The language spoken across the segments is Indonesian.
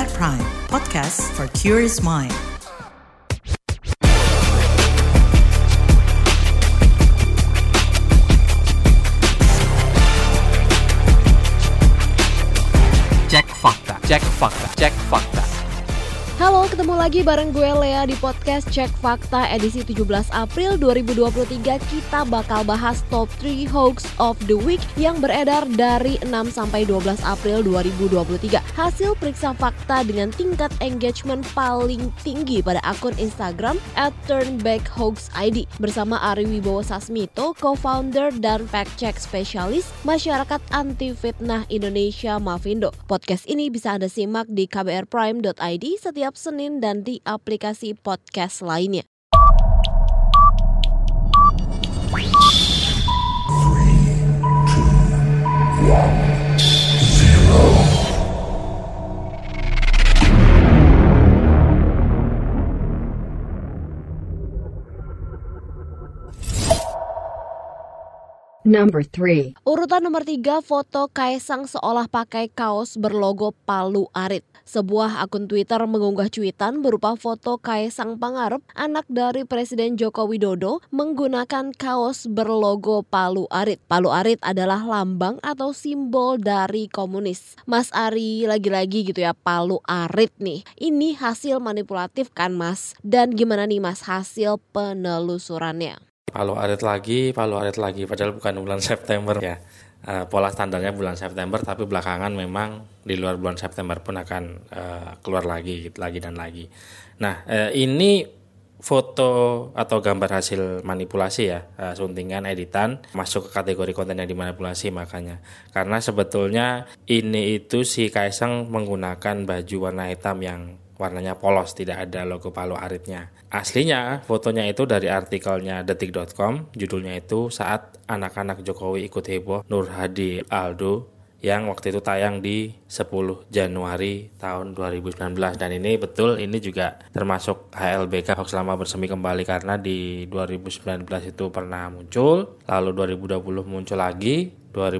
KBR Prime, podcast for curious mind. Cek fakta, cek fakta, cek fakta. Halo, ketemu lagi bareng gue Lea di podcast Cek Fakta edisi 17 April 2023. Kita bakal bahas top 3 hoax of the week yang beredar dari 6-12 April 2023. Hasil periksa fakta dengan tingkat engagement paling tinggi pada akun Instagram @turnbackhoaxid bersama Ari Wibowo Sasmito, co-founder dan fact-check spesialis Masyarakat Anti Fitnah Indonesia Mafindo. Podcast ini bisa Anda simak di kbrprime.id setiap Senin dan di aplikasi podcast lainnya. Number 3. Urutan nomor 3, foto Kaesang seolah pakai kaos berlogo Palu Arit. Sebuah akun Twitter mengunggah cuitan berupa foto Kaesang Pangarep, anak dari Presiden Joko Widodo, menggunakan kaos berlogo Palu Arit. Palu Arit adalah lambang atau simbol dari komunis. Mas Ari, lagi-lagi gitu ya, Palu Arit nih. Ini hasil manipulatif kan Mas? Dan gimana nih Mas hasil penelusurannya? Palu Arit lagi, padahal bukan bulan September ya. Pola standarnya bulan September, tapi belakangan memang di luar bulan September pun akan keluar lagi dan lagi. Nah, ini foto atau gambar hasil manipulasi ya, suntingan, editan, masuk ke kategori konten yang dimanipulasi makanya. Karena sebetulnya ini itu si Kaesang menggunakan baju warna hitam yang warnanya polos, tidak ada logo Palu Aritnya. Aslinya fotonya itu dari artikelnya detik.com, judulnya itu Saat Anak-anak Jokowi Ikut Heboh Nur Hadi Aldo, yang waktu itu tayang di 10 Januari tahun 2019. Dan ini betul, ini juga termasuk HLBK, hoax lama bersemi kembali, karena di 2019 itu pernah muncul, lalu 2020 muncul lagi,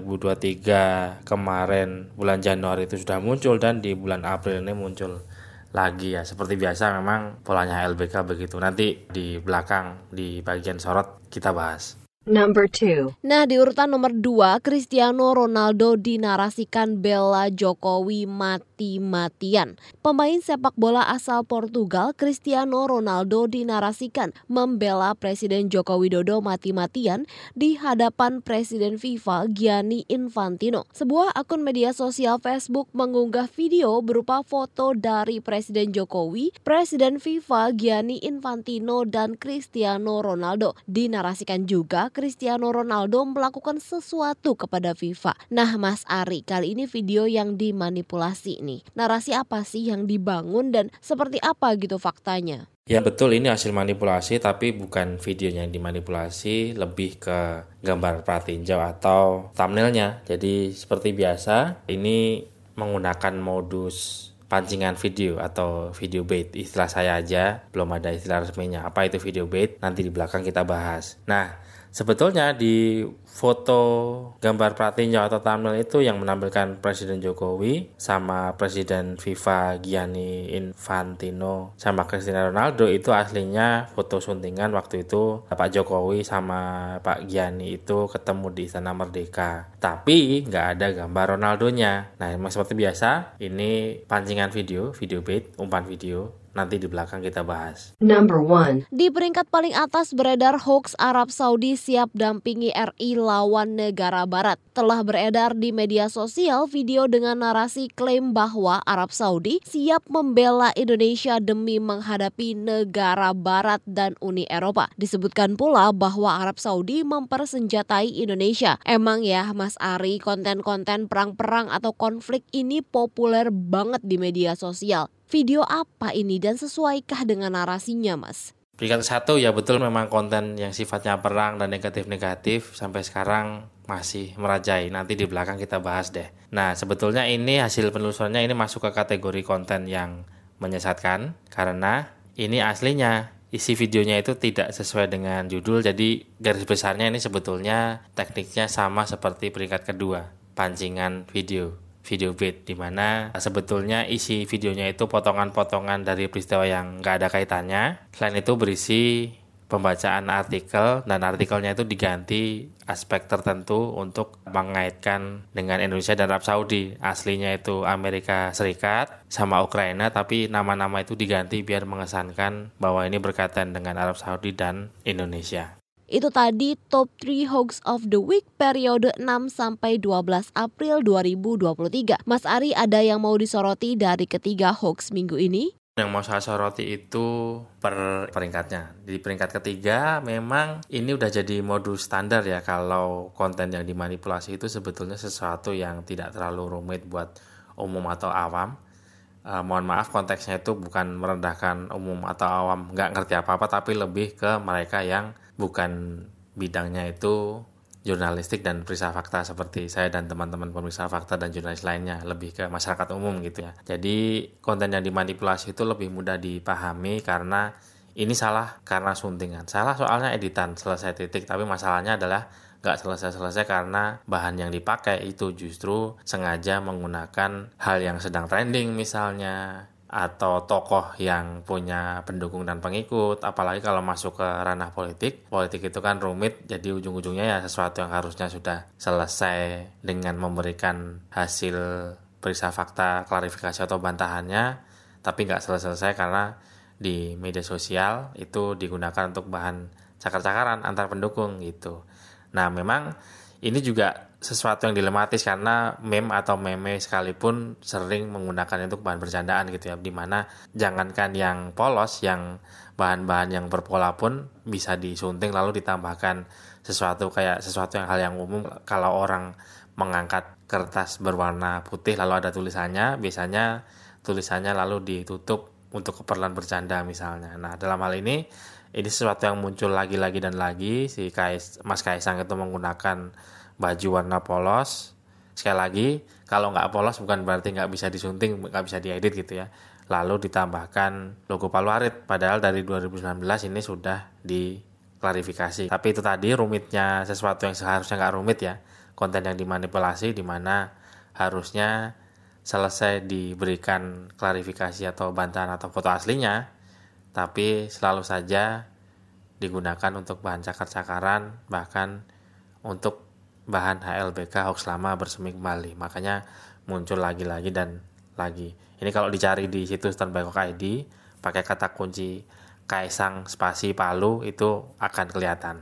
2023 kemarin bulan Januari itu sudah muncul, dan di bulan April ini muncul lagi ya. Seperti biasa memang polanya LBK begitu. Nanti di belakang di bagian sorot kita bahas. Number 2. Nah, di urutan nomor 2, Cristiano Ronaldo dinarasikan bela Jokowi mati-matian. Pemain sepak bola asal Portugal, Cristiano Ronaldo dinarasikan membela Presiden Joko Widodo mati-matian di hadapan Presiden FIFA Gianni Infantino. Sebuah akun media sosial Facebook mengunggah video berupa foto dari Presiden Jokowi, Presiden FIFA Gianni Infantino, dan Cristiano Ronaldo. Dinarasikan juga Cristiano Ronaldo melakukan sesuatu kepada FIFA. Nah Mas Ari, kali ini video yang dimanipulasi nih. Narasi apa sih yang dibangun dan seperti apa gitu faktanya? Ya betul, ini hasil manipulasi, tapi bukan videonya yang dimanipulasi, lebih ke gambar pratinjau atau thumbnailnya. Jadi seperti biasa, ini menggunakan modus pancingan video atau video bait. Istilah saya aja, belum ada istilah resminya. Apa itu video bait? Nanti di belakang kita bahas. Nah, sebetulnya di foto gambar pratinjau atau thumbnail itu yang menampilkan Presiden Jokowi sama Presiden FIFA Gianni Infantino sama Cristiano Ronaldo itu aslinya foto suntingan waktu itu Pak Jokowi sama Pak Gianni itu ketemu di Istana Merdeka. Tapi nggak ada gambar Ronaldonya. Nah, memang seperti biasa, ini pancingan video bait, umpan video. Nanti di belakang kita bahas. Number 1. Di peringkat paling atas beredar hoax Arab Saudi siap dampingi RI lawan negara barat. Telah beredar di media sosial video dengan narasi klaim bahwa Arab Saudi siap membela Indonesia demi menghadapi negara barat dan Uni Eropa. Disebutkan pula bahwa Arab Saudi mempersenjatai Indonesia. Emang ya Mas Ari, konten-konten perang-perang atau konflik ini populer banget di media sosial. Video apa ini dan sesuaikah dengan narasinya Mas? Peringkat 1 ya betul, memang konten yang sifatnya perang dan negatif-negatif sampai sekarang masih merajai. Nanti di belakang kita bahas deh. Nah sebetulnya ini hasil penelusurannya ini masuk ke kategori konten yang menyesatkan, karena ini aslinya isi videonya itu tidak sesuai dengan judul. Jadi garis besarnya ini sebetulnya tekniknya sama seperti peringkat kedua, pancingan video. video bait, di mana sebetulnya isi videonya itu potongan-potongan dari peristiwa yang nggak ada kaitannya. Selain itu berisi pembacaan artikel, dan artikelnya itu diganti aspek tertentu untuk mengaitkan dengan Indonesia dan Arab Saudi. Aslinya itu Amerika Serikat sama Ukraina, tapi nama-nama itu diganti biar mengesankan bahwa ini berkaitan dengan Arab Saudi dan Indonesia. Itu tadi top 3 hoax of the week periode 6 sampai 12 April 2023. Mas Ari, ada yang mau disoroti dari ketiga hoax minggu ini? Yang mau saya soroti itu per peringkatnya. Di peringkat ketiga memang ini udah jadi modus standar ya, kalau konten yang dimanipulasi itu sebetulnya sesuatu yang tidak terlalu rumit buat umum atau awam. Mohon maaf, konteksnya itu bukan merendahkan umum atau awam nggak ngerti apa-apa, tapi lebih ke mereka yang bukan bidangnya itu jurnalistik dan periksa fakta seperti saya dan teman-teman pemeriksa fakta dan jurnalis lainnya, lebih ke masyarakat umum gitu ya. Jadi konten yang dimanipulasi itu lebih mudah dipahami karena ini salah karena suntingan. Salah soalnya editan, selesai titik. Tapi masalahnya adalah nggak selesai-selesai karena bahan yang dipakai itu justru sengaja menggunakan hal yang sedang trending misalnya, atau tokoh yang punya pendukung dan pengikut. Apalagi kalau masuk ke ranah politik itu kan rumit, jadi ujung-ujungnya ya sesuatu yang harusnya sudah selesai dengan memberikan hasil periksa fakta, klarifikasi atau bantahannya, tapi nggak selesai karena di media sosial itu digunakan untuk bahan cakar-cakaran antar pendukung gitu. Nah memang ini juga sesuatu yang dilematis karena meme atau meme sekalipun sering menggunakan untuk bahan bercandaan gitu ya, dimana jangankan yang polos, yang bahan-bahan yang berpola pun bisa disunting lalu ditambahkan sesuatu yang hal yang umum. Kalau orang mengangkat kertas berwarna putih lalu ada tulisannya, biasanya tulisannya lalu ditutup untuk keperluan bercanda misalnya. Nah dalam hal ini sesuatu yang muncul lagi-lagi dan lagi. Mas Kaisang itu menggunakan baju warna polos. Sekali lagi, kalau nggak polos bukan berarti nggak bisa disunting, nggak bisa diedit gitu ya. Lalu ditambahkan logo Palu Arit, padahal dari 2019 ini sudah diklarifikasi. Tapi itu tadi rumitnya sesuatu yang seharusnya nggak rumit ya. Konten yang dimanipulasi di mana harusnya selesai diberikan klarifikasi atau bantahan atau foto aslinya, tapi selalu saja digunakan untuk bahan cakar-cakaran, bahkan untuk bahan HLBK hoax lama bersemi kembali. Makanya muncul lagi-lagi dan lagi. Ini kalau dicari di situs Turnbangkok.id pakai kata kunci Kaisang spasi Palu itu akan kelihatan.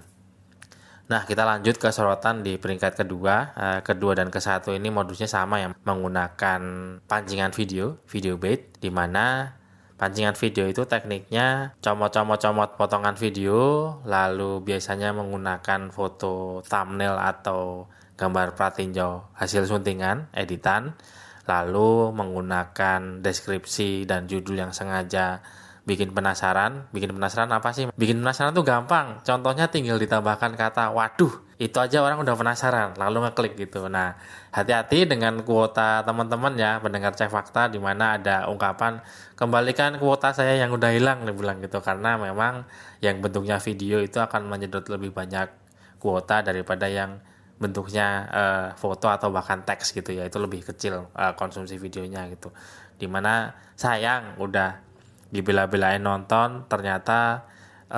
Nah kita lanjut ke sorotan di peringkat kedua. Kedua dan ke-1 ini modusnya sama ya, menggunakan pancingan video bait, di mana pancingan video itu tekniknya comot potongan video, lalu biasanya menggunakan foto thumbnail atau gambar pratinjau hasil suntingan, editan, lalu menggunakan deskripsi dan judul yang sengaja bikin penasaran. Bikin penasaran apa sih? Bikin penasaran tuh gampang. Contohnya tinggal ditambahkan kata waduh, itu aja orang udah penasaran, lalu ngeklik gitu. Nah, hati-hati dengan kuota teman-teman ya, pendengar Cek Fakta, di mana ada ungkapan kembalikan kuota saya yang udah hilang, dibilang gitu. Karena memang yang bentuknya video itu akan menyedot lebih banyak kuota daripada yang bentuknya foto atau bahkan teks gitu ya. Itu lebih kecil konsumsi videonya gitu. Dimana sayang udah dibela-belain nonton, ternyata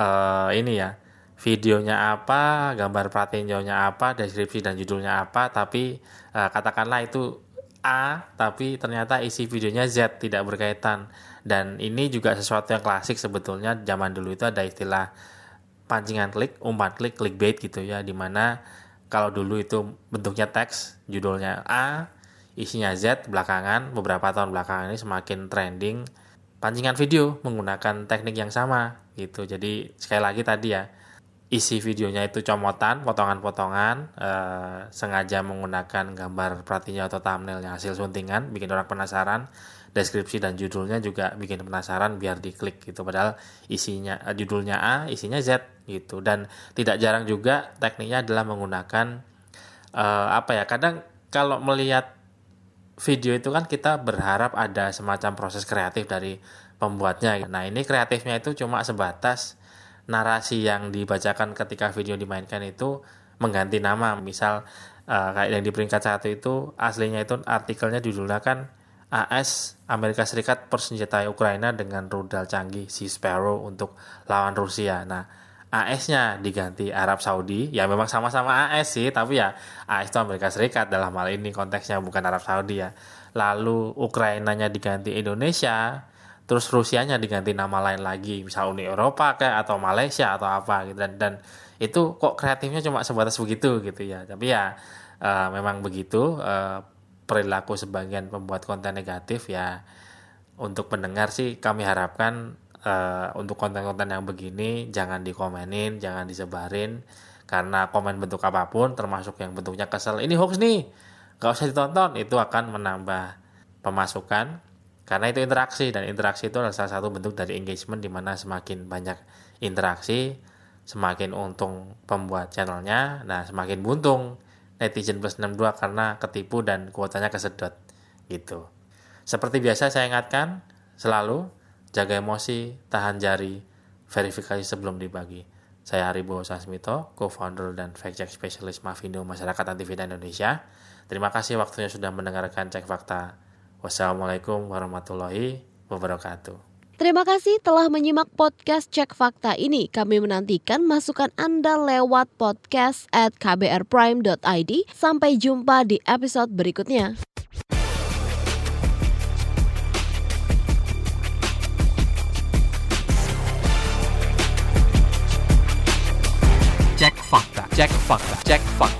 videonya apa, gambar pratinjaunya apa, deskripsi dan judulnya apa, tapi katakanlah itu A, tapi ternyata isi videonya Z, tidak berkaitan. Dan ini juga sesuatu yang klasik sebetulnya. Zaman dulu itu ada istilah pancingan klik, umpan klik, clickbait gitu ya, dimana kalau dulu itu bentuknya teks, judulnya A, isinya Z, belakangan, beberapa tahun belakangan ini semakin trending pancingan video menggunakan teknik yang sama gitu. Jadi sekali lagi tadi ya, isi videonya itu comotan, potongan-potongan, sengaja menggunakan gambar pratinjau atau thumbnail yang hasil suntingan, bikin orang penasaran. Deskripsi dan judulnya juga bikin penasaran biar diklik gitu. Padahal isinya judulnya A, isinya Z gitu. Dan tidak jarang juga tekniknya adalah menggunakan kadang kalau melihat video itu kan kita berharap ada semacam proses kreatif dari pembuatnya. Nah ini kreatifnya itu cuma sebatas narasi yang dibacakan ketika video dimainkan itu mengganti nama. Misal kayak yang di peringkat 1 itu aslinya itu artikelnya judulnya kan AS Amerika Serikat persenjatai Ukraina dengan rudal canggih Sea Sparrow untuk lawan Rusia. Nah, AS-nya diganti Arab Saudi, ya memang sama-sama AS sih, tapi ya AS itu Amerika Serikat dalam hal ini konteksnya, bukan Arab Saudi ya. Lalu Ukrainanya diganti Indonesia, terus Rusianya diganti nama lain lagi, misal Uni Eropa kayak atau Malaysia atau apa gitu, dan itu kok kreatifnya cuma sebatas begitu gitu ya. Tapi ya memang begitu perilaku sebagian pembuat konten negatif ya. Untuk pendengar sih kami harapkan untuk konten-konten yang begini jangan dikomenin, jangan disebarin, karena komen bentuk apapun termasuk yang bentuknya kesel, ini hoax nih, gak usah ditonton, itu akan menambah pemasukan karena itu interaksi, dan interaksi itu adalah salah satu bentuk dari engagement, di mana semakin banyak interaksi semakin untung pembuat channelnya, nah semakin buntung netizen plus 62 karena ketipu dan kuotanya kesedot gitu. Seperti biasa saya ingatkan selalu jaga emosi, tahan jari, verifikasi sebelum dibagi. Saya Aribo Sasmito, co-founder dan fact-check specialist Mavindo Masyarakat Anti Fitnah Indonesia. Terima kasih waktunya sudah mendengarkan Cek Fakta. Wassalamualaikum warahmatullahi wabarakatuh. Terima kasih telah menyimak podcast Cek Fakta ini. Kami menantikan masukan Anda lewat podcast@kbrprime.id. Sampai jumpa di episode berikutnya. Cek Fakta. Cek Fakta. Cek Fakta.